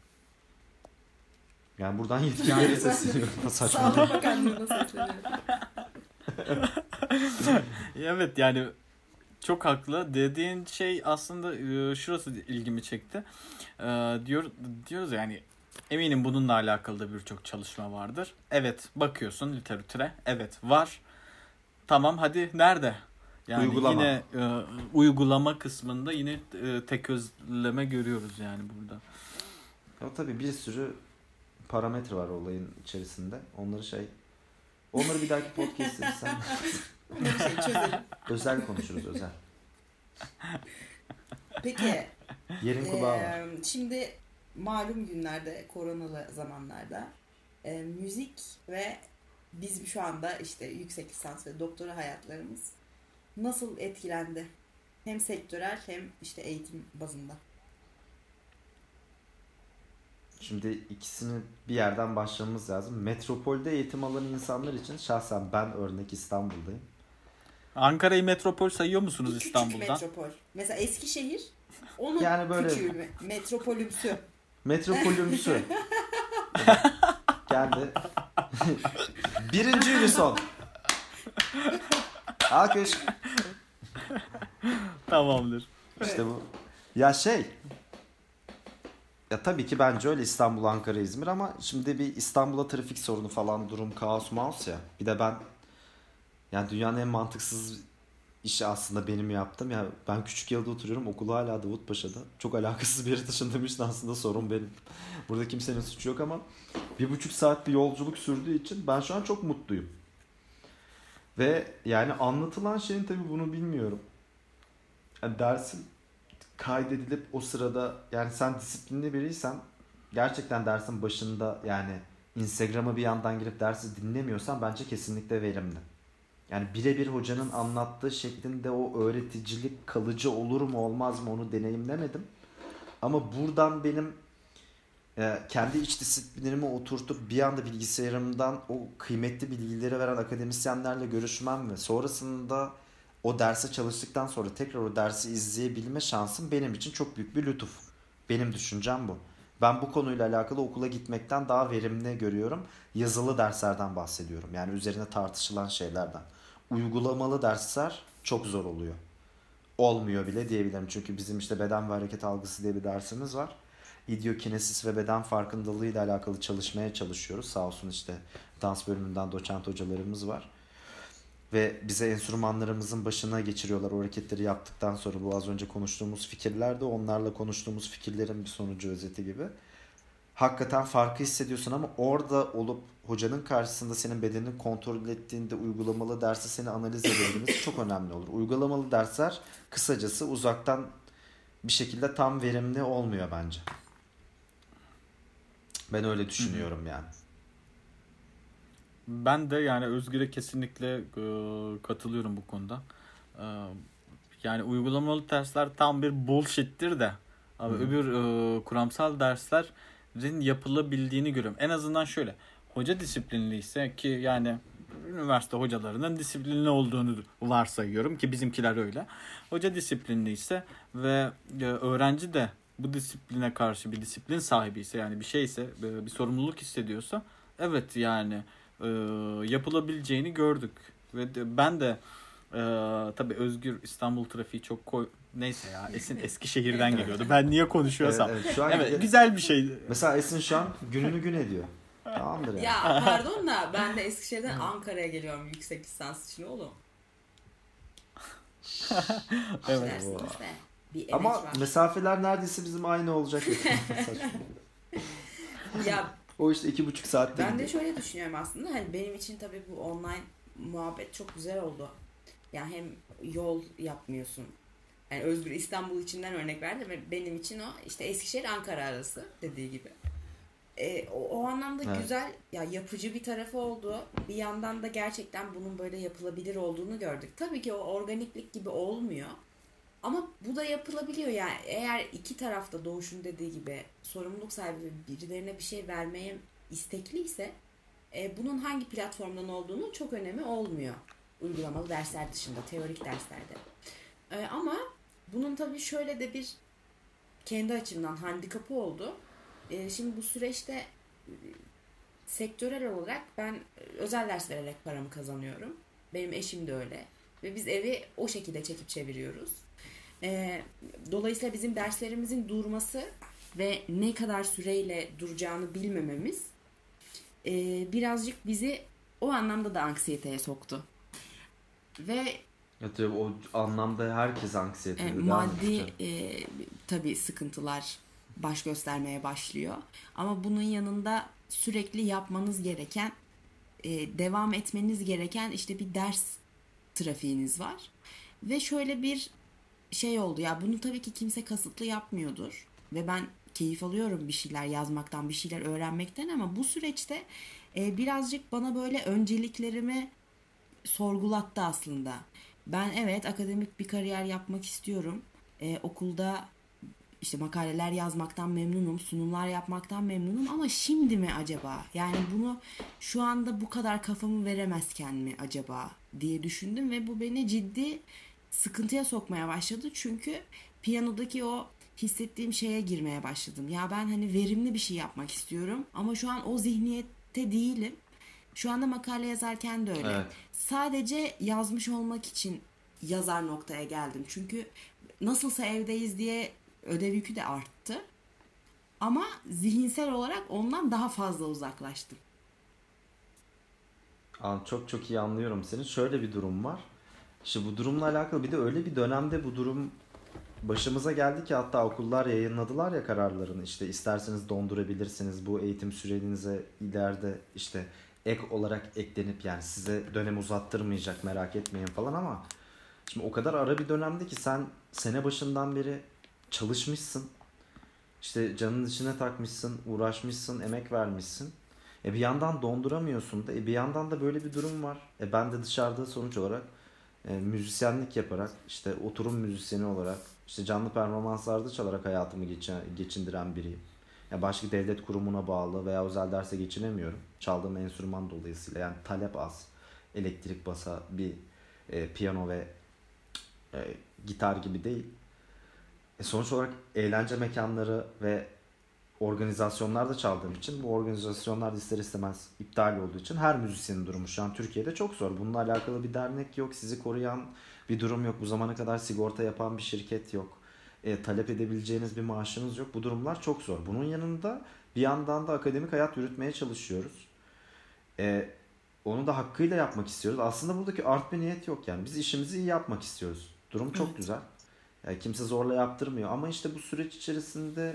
Yani buradan yetkililere sesleniyorum. Sağlık Bakanlığı'na sesleniyorum. Evet yani çok haklı. Dediğin şey aslında şurası ilgimi çekti. Diyoruz yani eminim bununla alakalı da birçok çalışma vardır. Evet bakıyorsun literatüre. Evet var. Tamam hadi nerede? Yani Uygulama. yine uygulama kısmında yine tekozleme görüyoruz yani burada. Ya tabii bir sürü parametre var olayın içerisinde. Onları bir dahaki podcast'te sen Çözelim. özel konuşuruz özel. Peki. Yerin kulağı var. Şimdi malum günlerde, koronalı zamanlarda müzik ve biz şu anda işte yüksek lisans ve doktora hayatlarımız nasıl etkilendi? Hem sektörel hem işte eğitim bazında. Şimdi ikisini bir yerden başlamamız lazım. Metropolde eğitim alan insanlar için şahsen ben örnek İstanbul'dayım. Ankara'yı metropol sayıyor musunuz Küçük İstanbul'dan? metropol. Mesela Eskişehir onun Yani böyle küçüğü, metropolümsü. metropolümsü. Geldi. Birinci unison. Alkış. Tamamdır. İşte bu. Ya ya tabii ki bence öyle İstanbul, Ankara, İzmir ama şimdi bir İstanbul'a trafik sorunu falan durum kaos maos ya. Bir de ben yani dünyanın en mantıksız işi aslında benim yaptım. Yani ben Küçükyıl'da oturuyorum. Okul hala Davutpaşa'da. Çok alakasız bir yere taşındığım için aslında sorun benim. Burada kimsenin suçu yok ama 1,5 saat bir yolculuk sürdüğü için ben şu an çok mutluyum. Ve yani anlatılan şeyin tabii bunu bilmiyorum. Yani dersin kaydedilip o sırada yani sen disiplinli biriysen gerçekten dersin başında yani Instagram'a bir yandan girip dersi dinlemiyorsan bence kesinlikle verimli. Yani birebir hocanın anlattığı şeklinde o öğreticilik kalıcı olur mu olmaz mı onu deneyimlemedim. Ama buradan benim kendi iç disiplinlerimi oturtup bir anda bilgisayarımdan o kıymetli bilgileri veren akademisyenlerle görüşmem ve sonrasında o derse çalıştıktan sonra tekrar o dersi izleyebilme şansım benim için çok büyük bir lütuf. Benim düşüncem bu. Ben bu konuyla alakalı okula gitmekten daha verimli görüyorum. Yazılı derslerden bahsediyorum. Yani üzerine tartışılan şeylerden. Uygulamalı dersler çok zor oluyor. Olmuyor bile diyebilirim. Çünkü bizim işte beden ve hareket algısı diye bir dersimiz var. İdiokinesis ve beden farkındalığı ile alakalı çalışmaya çalışıyoruz. Sağ olsun işte dans bölümünden doçent hocalarımız var. Ve bize enstrümanlarımızın başına geçiriyorlar o hareketleri yaptıktan sonra. Bu az önce konuştuğumuz fikirler de onlarla konuştuğumuz fikirlerin bir sonucu özeti gibi. Hakikaten farkı hissediyorsun ama orada olup hocanın karşısında senin bedenini kontrol ettiğinde uygulamalı dersi seni analiz edebilmesi çok önemli olur. Uygulamalı dersler kısacası uzaktan bir şekilde tam verimli olmuyor bence. Ben öyle düşünüyorum yani. Ben de yani Özgür'e kesinlikle katılıyorum bu konuda. Yani uygulamalı dersler tam bir bullshit'tir de. Abi öbür kuramsal derslerin yapılabildiğini görüyorum. En azından şöyle. Hoca disiplinliyse ki yani üniversite hocalarının disiplinli olduğunu varsayıyorum ki bizimkiler öyle. Hoca disiplinliyse ve öğrenci de bu disipline karşı bir disiplin sahibi ise yani bir şeyse bir sorumluluk hissediyorsa evet yani yapılabileceğini gördük. Ve ben de tabii Özgür İstanbul trafiği çok neyse ya Esin Eskişehir'den geliyordu. Ben niye konuşuyorsam. Evet, şu an evet güzel bir şey. Mesela Esin şu an gününü gün ediyor. Tamamdır yani. Ya pardon da ben de Eskişehir'den Ankara'ya geliyorum yüksek lisans için oğlum. Evet. Dersiniz de bir emek Ama var. mesafeler neredeyse bizim aynı olacak. Ya O işte 2,5 saatte ben de gidiyor. şöyle düşünüyorum aslında. Hani benim için tabii bu online muhabbet çok güzel oldu. Yani hem yol yapmıyorsun. Yani Özgür İstanbul içinden örnek verdi ama benim için o işte Eskişehir Ankara arası dediği gibi. O anlamda Evet. güzel ya yapıcı bir tarafı oldu. Bir yandan da gerçekten bunun böyle yapılabilir olduğunu gördük. Tabii ki o organiklik gibi olmuyor. Ama bu da yapılabiliyor yani eğer iki tarafta Doğuş'un dediği gibi sorumluluk sahibi birilerine bir şey vermeye istekliyse bunun hangi platformdan olduğunu çok önemi olmuyor. Uygulamalı dersler dışında, teorik derslerde. Ama bunun tabii şöyle de bir kendi açımdan handikapı oldu. Şimdi bu süreçte sektörel olarak ben özel ders vererek paramı kazanıyorum. Benim eşim de öyle. Ve biz evi o şekilde çekip çeviriyoruz. Dolayısıyla bizim derslerimizin durması ve ne kadar süreyle duracağını bilmememiz birazcık bizi o anlamda da anksiyeteye soktu. Ve Ya tabii o anlamda herkes anksiyeteli. maddi tabii sıkıntılar baş göstermeye başlıyor. Ama bunun yanında sürekli yapmanız gereken, devam etmeniz gereken işte bir ders trafiğiniz var. Ve şöyle bir şey oldu ya bunu tabii ki kimse kasıtlı yapmıyordur. Ve ben keyif alıyorum bir şeyler yazmaktan, bir şeyler öğrenmekten ama bu süreçte birazcık bana böyle önceliklerimi sorgulattı aslında. Ben evet akademik bir kariyer yapmak istiyorum. Okulda işte makaleler yazmaktan memnunum, sunumlar yapmaktan memnunum ama şimdi mi acaba? Yani bunu şu anda bu kadar kafamı veremezken mi acaba diye düşündüm ve bu beni ciddi sıkıntıya sokmaya başladı. Çünkü piyanodaki o hissettiğim şeye girmeye başladım. Ya ben hani verimli bir şey yapmak istiyorum ama şu an o zihniyette değilim. Şu anda makale yazarken de öyle. Evet. Sadece yazmış olmak için yazar noktaya geldim. Çünkü nasılsa evdeyiz diye ödev yükü de arttı. Ama zihinsel olarak ondan daha fazla uzaklaştım. Çok çok iyi anlıyorum seni. Şöyle bir durum var. İşte bu durumla alakalı bir de öyle bir dönemde bu durum başımıza geldi ki hatta okullar yayınladılar ya kararlarını, işte isterseniz dondurabilirsiniz, bu eğitim sürenize ileride işte ek olarak eklenip yani size dönem uzattırmayacak, merak etmeyin falan. Ama şimdi o kadar ara bir dönemde ki sen sene başından beri çalışmışsın, işte canın içine takmışsın, uğraşmışsın, emek vermişsin. Bir yandan donduramıyorsun da, bir yandan da böyle bir durum var. Ben de dışarıda sonuç olarak müzisyenlik yaparak, işte oturum müzisyeni olarak, işte canlı performanslarda çalarak hayatımı geçindiren biriyim. Başka devlet kurumuna bağlı veya özel derse geçinemiyorum. Çaldığım enstrüman dolayısıyla, yani talep az. Elektrik basa bir piyano ve gitar gibi değil. Sonuç olarak eğlence mekanları ve organizasyonlarda çaldığım için, bu organizasyonlar ister istemez iptal olduğu için her müzisyenin durumu şu an Türkiye'de çok zor. Bununla alakalı bir dernek yok, sizi koruyan bir durum yok, bu zamana kadar sigorta yapan bir şirket yok, talep edebileceğiniz bir maaşınız yok. Bu durumlar çok zor. Bunun yanında bir yandan da akademik hayat yürütmeye çalışıyoruz. Onu da hakkıyla yapmak istiyoruz. Aslında buradaki art bir niyet yok yani. Biz işimizi iyi yapmak istiyoruz. Durum çok güzel. Yani kimse zorla yaptırmıyor ama işte bu süreç içerisinde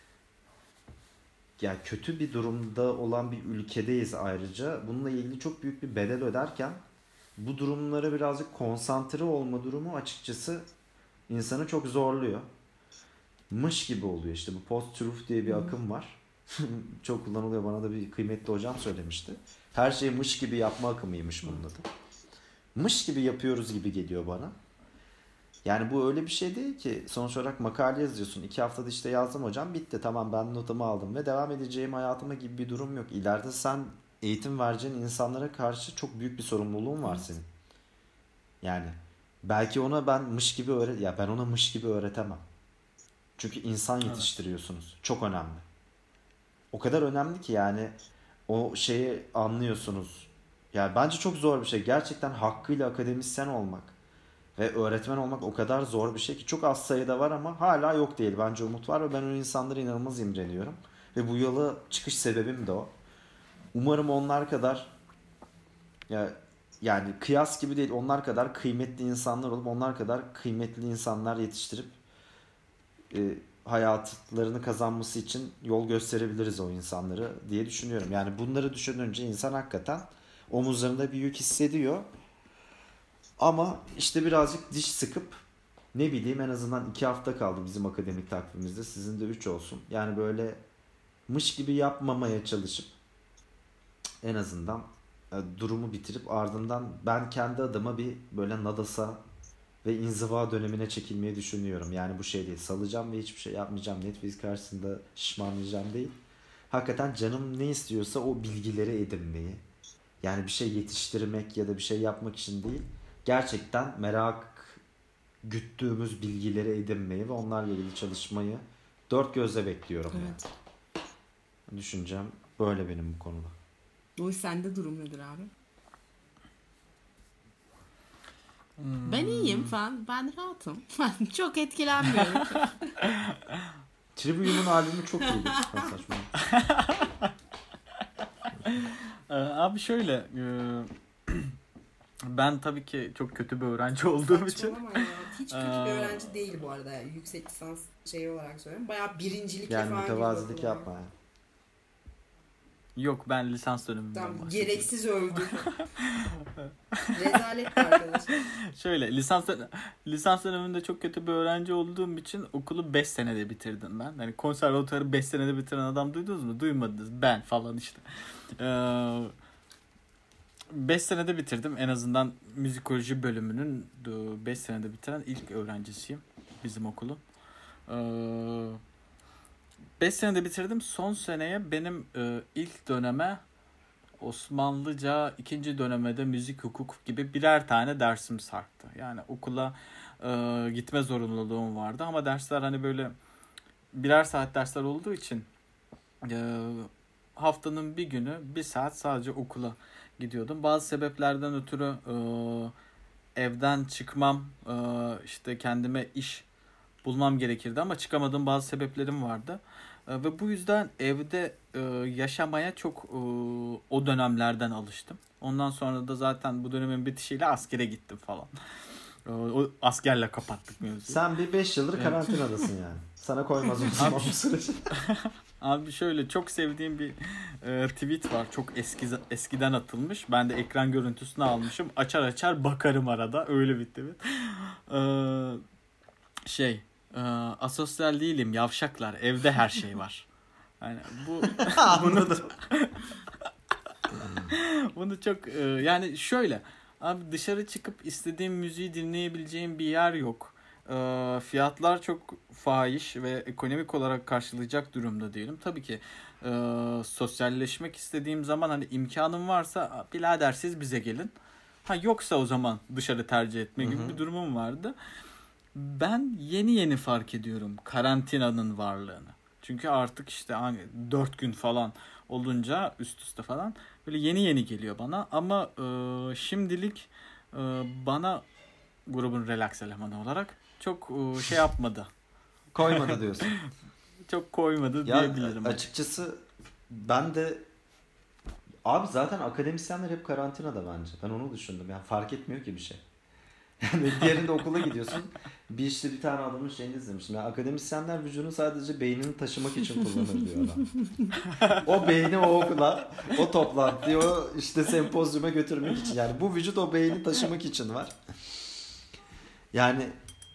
yani kötü bir durumda olan bir ülkedeyiz ayrıca. Bununla ilgili çok büyük bir bedel öderken bu durumlara birazcık konsantre olma durumu açıkçası insanı çok zorluyor. Mış gibi oluyor işte, bu post-truth diye bir akım var. Çok kullanılıyor, bana da bir kıymetli hocam söylemişti. Her şeyi mış gibi yapma akımıymış bunun adı. Mış gibi yapıyoruz gibi geliyor bana. Yani bu öyle bir şey değil ki. Sonuç olarak makale yazıyorsun. 2 haftada işte yazdım hocam, bitti, tamam, ben notumu aldım ve devam edeceğim hayatıma gibi bir durum yok. İleride sen eğitim vereceğin insanlara karşı çok büyük bir sorumluluğun var senin. Yani belki ona ben mış gibi ben ona mış gibi öğretemem. Çünkü insan yetiştiriyorsunuz. Çok önemli. O kadar önemli ki yani o şeyi anlıyorsunuz. Yani bence çok zor bir şey. Gerçekten hakkıyla akademisyen olmak ve öğretmen olmak o kadar zor bir şey ki, çok az sayıda var ama hala yok değil. Bence umut var ve ben o insanlara inanılmaz imreniyorum. Ve bu yola çıkış sebebim de o. Umarım onlar kadar ya yani kıyas gibi değil, onlar kadar kıymetli insanlar olup onlar kadar kıymetli insanlar yetiştirip hayatlarını kazanması için yol gösterebiliriz o insanları diye düşünüyorum. Yani bunları düşününce insan hakikaten omuzlarında bir yük hissediyor. Ama işte birazcık diş sıkıp, ne bileyim, en azından 2 hafta kaldı bizim akademik takvimimizde. Sizin de 3 olsun. Yani böyle mış gibi yapmamaya çalışıp en azından durumu bitirip ardından ben kendi adıma bir böyle nadasa ve inziva dönemine çekilmeyi düşünüyorum. Yani bu şey değil, salacağım ve hiçbir şey yapmayacağım, Netflix karşısında şişmanlayacağım değil. Hakikaten canım ne istiyorsa o bilgileri edinmeyi, yani bir şey yetiştirmek ya da bir şey yapmak için değil, gerçekten merak güttüğümüz bilgileri edinmeyi ve onlarla ilgili çalışmayı dört gözle bekliyorum. Evet. Yani. Düşüncem böyle benim bu konuda. O sende durum nedir abi? Ben iyiyim falan. Ben rahatım. Ben çok etkilenmiyorum. Trivium'un albümü çok iyiydi. Saçma. Abi şöyle ben tabii ki çok kötü bir öğrenci olduğum için. Ya. Hiç kötü bir öğrenci değil bu arada. Yani yüksek lisans şeyi olarak söylüyorum. Bayağı birincilik yani falan mütevazilik yapma yani. Yok, ben lisans dönemimden bahsediyorum. Gereksiz övdüm. Rezalet arkadaşlar. Şöyle lisans döneminde çok kötü bir öğrenci olduğum için okulu 5 senede bitirdim ben. Yani konservatuarı 5 senede bitiren adam duydunuz mu? Duymadınız. Ben falan işte. 5 senede bitirdim. En azından müzikoloji bölümünün 5 senede bitiren ilk öğrencisiyim bizim okulun. 5 senede bitirdim. Son seneye benim ilk döneme Osmanlıca, ikinci döneme de müzik, hukuk gibi birer tane dersim sarktı. Yani okula gitme zorunluluğum vardı ama dersler hani böyle birer saat dersler olduğu için haftanın bir günü 1 saat sadece okula gidiyordum. Bazı sebeplerden ötürü evden çıkmam, işte kendime iş bulmam gerekirdi ama çıkamadığım bazı sebeplerim vardı. Ve bu yüzden evde yaşamaya çok o dönemlerden alıştım. Ondan sonra da zaten bu dönemin bitişiyle askere gittim falan. O askerle kapattık mevzuyu. Sen bir 5 yıldır karantinadasın yani. Sana koymaz o zaman bu süreci. Abi şöyle çok sevdiğim bir tweet var. Çok eskiden atılmış. Ben de ekran görüntüsünü almışım. Açar açar bakarım arada. Öyle bir tweet. Asosyal değilim yavşaklar. Evde her şey var. Yani bunu çok yani şöyle abi, dışarı çıkıp istediğim müziği dinleyebileceğim bir yer yok. Fiyatlar çok fahiş ve ekonomik olarak karşılayacak durumda değilim. Tabii ki sosyalleşmek istediğim zaman hani imkanım varsa birader siz bize gelin. Yoksa o zaman dışarı tercih etme gibi bir durumum vardı. Ben yeni fark ediyorum karantinanın varlığını. Çünkü artık işte 4 gün falan olunca üst üste falan böyle yeni geliyor bana. Ama şimdilik bana grubun relax elemanı olarak çok şey yapmadı. Koymadı diyorsun. Çok koymadı ya, diyebilirim. Açıkçası ben de abi zaten akademisyenler hep karantinada bence. Ben onu düşündüm. Yani fark etmiyor ki bir şey. Yani diğerinde okula gidiyorsun. Bir tane adamın şeyini izlemiştim. Yani akademisyenler vücudunu sadece beynini taşımak için kullanır diyor adam. O beyni o okula, o toplantıya, o işte sempozyuma götürmek için. Yani bu vücut o beyni taşımak için var. Yani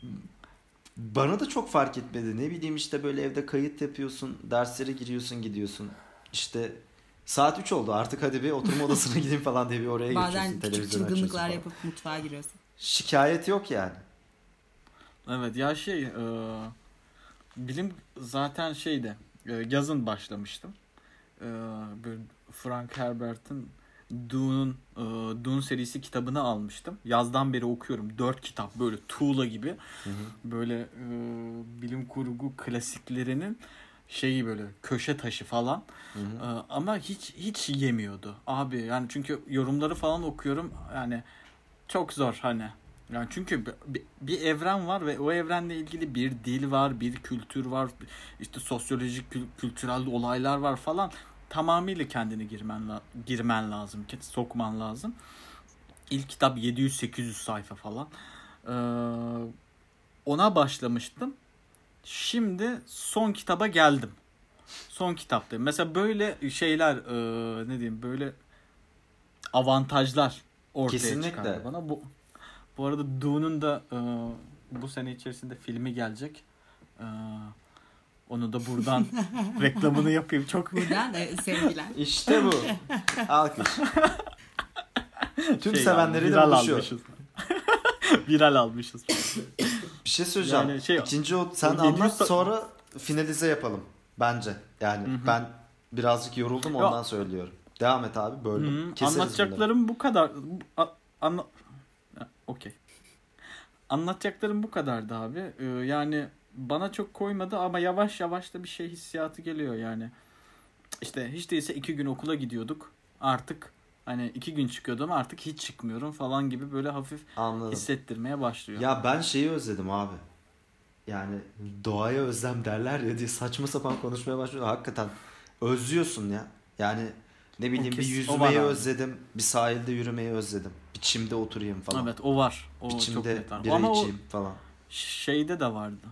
bana da çok fark etmedi. Ne bileyim işte böyle evde kayıt yapıyorsun, derslere giriyorsun, gidiyorsun. İşte saat 3 oldu artık, hadi bir oturma odasına gideyim falan diye bir oraya geçiyorsun. Bazen küçük çılgınlıklar yapıp mutfağa giriyorsun. Şikayet yok yani. Evet ya bilim zaten yazın başlamıştım. Böyle Frank Herbert'in Dune serisi kitabını almıştım. Yazdan beri okuyorum. 4 kitap böyle tuğla gibi. Hı-hı. Böyle bilim kurgu klasiklerinin böyle köşe taşı falan. Ama hiç yemiyordu. Abi yani çünkü yorumları falan okuyorum. Yani çok zor hani. Yani çünkü bir evren var ve o evrenle ilgili bir dil var, bir kültür var, işte sosyolojik, kültürel olaylar var falan. Tamamıyla kendini girmen lazım, sokman lazım. İlk kitap 700-800 sayfa falan. Ona başlamıştım. Şimdi son kitaba geldim. Son kitaptayım. Mesela böyle şeyler, ne diyeyim, böyle avantajlar ortaya Kesinlikle çıkardı bana. Bu arada Dune'un da bu sene içerisinde filmi gelecek. Onu da buradan reklamını yapayım. Çok buradan sevgiler. İşte bu. Alkış. Tüm sevenleri de buluşuyor. Viral almışız. Bir şey söyleyeceğim. Yani İkinci sen anlat sonra finalize yapalım bence. Yani Hı-hı. Ben birazcık yoruldum ondan söylüyorum. Devam et abi, böldüm. Anlatacaklarım bunları. Bu kadar. Okey. Anlatacaklarım bu kadardı abi. Yani bana çok koymadı ama yavaş yavaş da bir şey hissiyatı geliyor yani. İşte hiç değilse 2 gün okula gidiyorduk. Artık hani 2 gün çıkıyordum, artık hiç çıkmıyorum falan gibi böyle hafif Anladım. Hissettirmeye başlıyor. Ya ben şeyi özledim abi. Yani doğaya özlem derler ya diye saçma sapan konuşmaya başlıyor. Hakikaten özlüyorsun ya. Yani ne bileyim bir yüzmeyi özledim. Bir sahilde yürümeyi özledim. Bir çimde oturayım falan. Evet o var. O bir çimde çok net. Bira içeyim falan. Şeyde de vardı.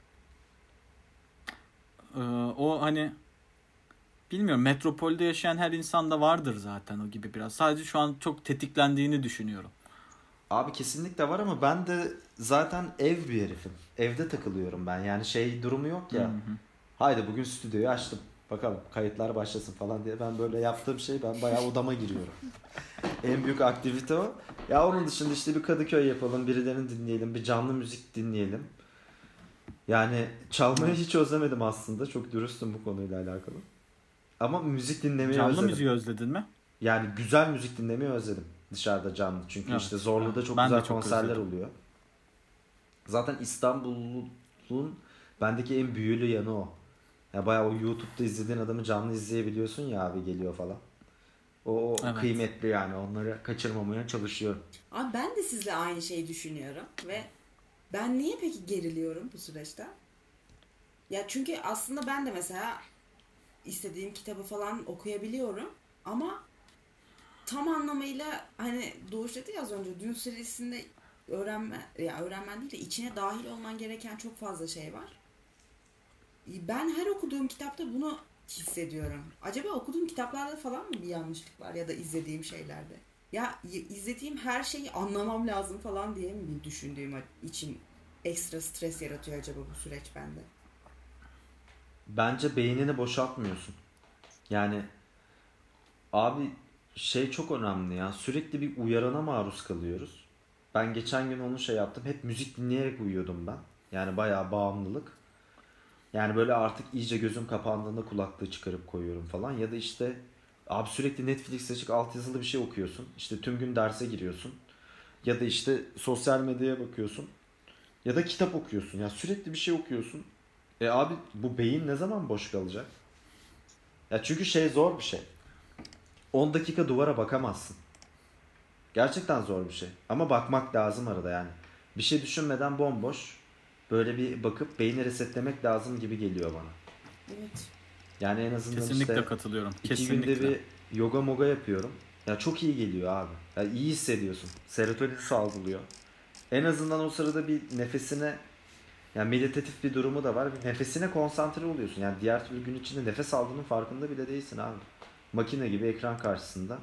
O hani bilmiyorum, metropolde yaşayan her insanda vardır zaten o gibi biraz. Sadece şu an çok tetiklendiğini düşünüyorum. Abi kesinlikle var ama ben de zaten ev bir herifim. Evde takılıyorum ben. Yani durumu yok ya. Hı-hı. Haydi bugün stüdyoyu açtım. Bakalım kayıtlar başlasın falan diye. Ben böyle yaptığım ben bayağı odama giriyorum. En büyük aktivite o. Ya onun dışında işte bir Kadıköy yapalım. Birilerini dinleyelim. Bir canlı müzik dinleyelim. Yani çalmayı hiç özlemedim aslında. Çok dürüstüm bu konuyla alakalı. Ama müzik dinlemeyi canlı özledim. Canlı müziği özledin mi? Yani güzel müzik dinlemeyi özledim. Dışarıda canlı. Çünkü işte Zorlu'da çok güzel konserler oluyor. Zaten İstanbul'un bendeki en büyülü yanı o. Ya bayağı o YouTube'da izlediğin adamı canlı izleyebiliyorsun ya abi, geliyor falan. O kıymetli yani. Onları kaçırmamaya çalışıyorum. Abi ben de sizle aynı şeyi düşünüyorum ve ben niye peki geriliyorum bu süreçte? Ya çünkü aslında ben de mesela istediğim kitabı falan okuyabiliyorum ama tam anlamıyla hani Doğuş dedi ya az önce Dune serisinde öğrenmen değil de içine dahil olman gereken çok fazla şey var. Ben her okuduğum kitapta bunu hissediyorum. Acaba okuduğum kitaplarda falan mı bir yanlışlık var ya da izlediğim şeylerde? Ya izlediğim her şeyi anlamam lazım falan diye mi düşündüğüm için ekstra stres yaratıyor acaba bu süreç bende? Bence beynini boşaltmıyorsun. Yani abi şey çok önemli ya. Sürekli bir uyarana maruz kalıyoruz. Ben geçen gün onu şey yaptım. Hep müzik dinleyerek uyuyordum ben. Yani bayağı bağımlılık. Yani böyle artık iyice gözüm kapandığında kulaklığı çıkarıp koyuyorum falan. Ya da işte abi sürekli Netflix açık altyazılı bir şey okuyorsun. İşte tüm gün derse giriyorsun. Ya da işte sosyal medyaya bakıyorsun. Ya da kitap okuyorsun. Ya sürekli bir şey okuyorsun. Abi bu beyin ne zaman boş kalacak? Ya çünkü şey zor bir şey. 10 dakika duvara bakamazsın. Gerçekten zor bir şey. Ama bakmak lazım arada yani. Bir şey düşünmeden bomboş böyle bir bakıp beyni resetlemek lazım gibi geliyor bana. Evet. Yani en azından Kesinlikle işte katılıyorum. 2 Kesinlikle. günde bir yoga moga yapıyorum. Ya çok iyi geliyor abi. Ya iyi hissediyorsun. Serotonin salgılıyor. En azından o sırada bir nefesine yani meditatif bir durumu da var. Bir nefesine konsantre oluyorsun. Yani diğer türlü gün içinde nefes aldığının farkında bile değilsin abi. Makine gibi ekran karşısında.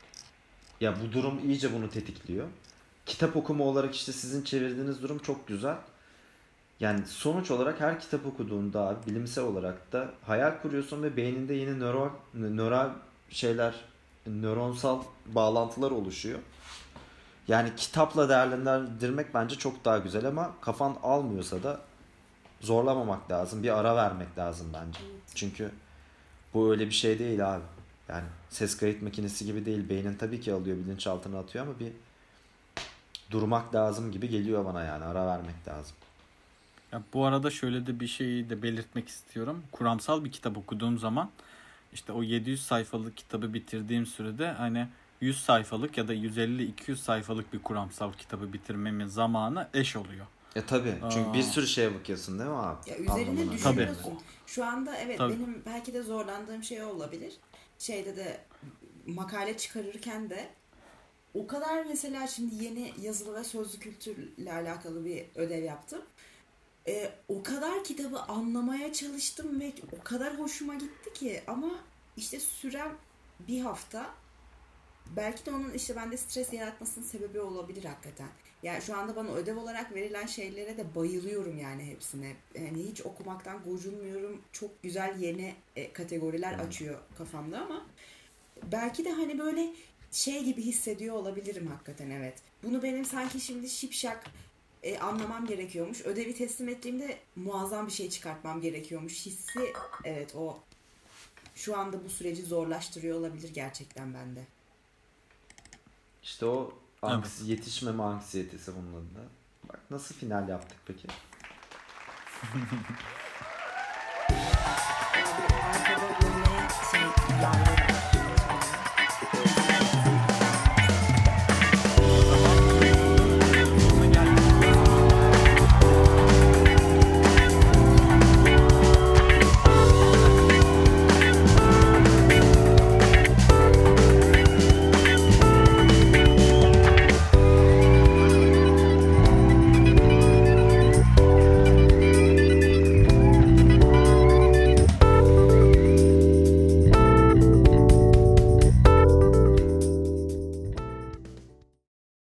Ya bu durum iyice bunu tetikliyor. Kitap okuma olarak işte sizin çevirdiğiniz durum çok güzel. Yani sonuç olarak her kitap okuduğunda abi bilimsel olarak da hayal kuruyorsun ve beyninde yeni nöral şeyler, nöronsal bağlantılar oluşuyor. Yani kitapla değerlendirmek bence çok daha güzel ama kafan almıyorsa da zorlamamak lazım. Bir ara vermek lazım bence. Çünkü bu öyle bir şey değil abi. Yani ses kayıt makinesi gibi değil. Beynin tabii ki alıyor, bilinçaltına atıyor ama bir durmak lazım gibi geliyor bana yani. Ara vermek lazım. Ya bu arada şöyle de bir şeyi de belirtmek istiyorum. Kuramsal bir kitap okuduğum zaman işte o 700 sayfalık kitabı bitirdiğim sürede hani 100 sayfalık ya da 150-200 sayfalık bir kuramsal kitabı bitirmemin zamanı eş oluyor. Tabii. Çünkü bir sürü şeye bakıyorsun değil mi abi? Ya üzerine Anlamına. düşünüyorsun. Tabii. Şu anda evet Tabii. benim belki de zorlandığım şey olabilir. Şeyde de makale çıkarırken de o kadar mesela şimdi yeni yazılı ve sözlü kültürle alakalı bir ödev yaptım. O kadar kitabı anlamaya çalıştım ve o kadar hoşuma gitti ki ama işte sürem bir hafta. Belki de onun işte bende stres yaratmasının sebebi olabilir hakikaten. Yani şu anda bana ödev olarak verilen şeylere de bayılıyorum yani hepsine. Yani hiç okumaktan gocunmuyorum. Çok güzel yeni kategoriler açıyor kafamda ama belki de hani böyle şey gibi hissediyor olabilirim hakikaten evet. Bunu benim sanki şimdi şipşak anlamam gerekiyormuş. Ödevi teslim ettiğimde muazzam bir şey çıkartmam gerekiyormuş hissi evet o şu anda bu süreci zorlaştırıyor olabilir gerçekten bende. İşte o yetişmeme anksiyetesi bunun adı da. Bak nasıl final yaptık peki?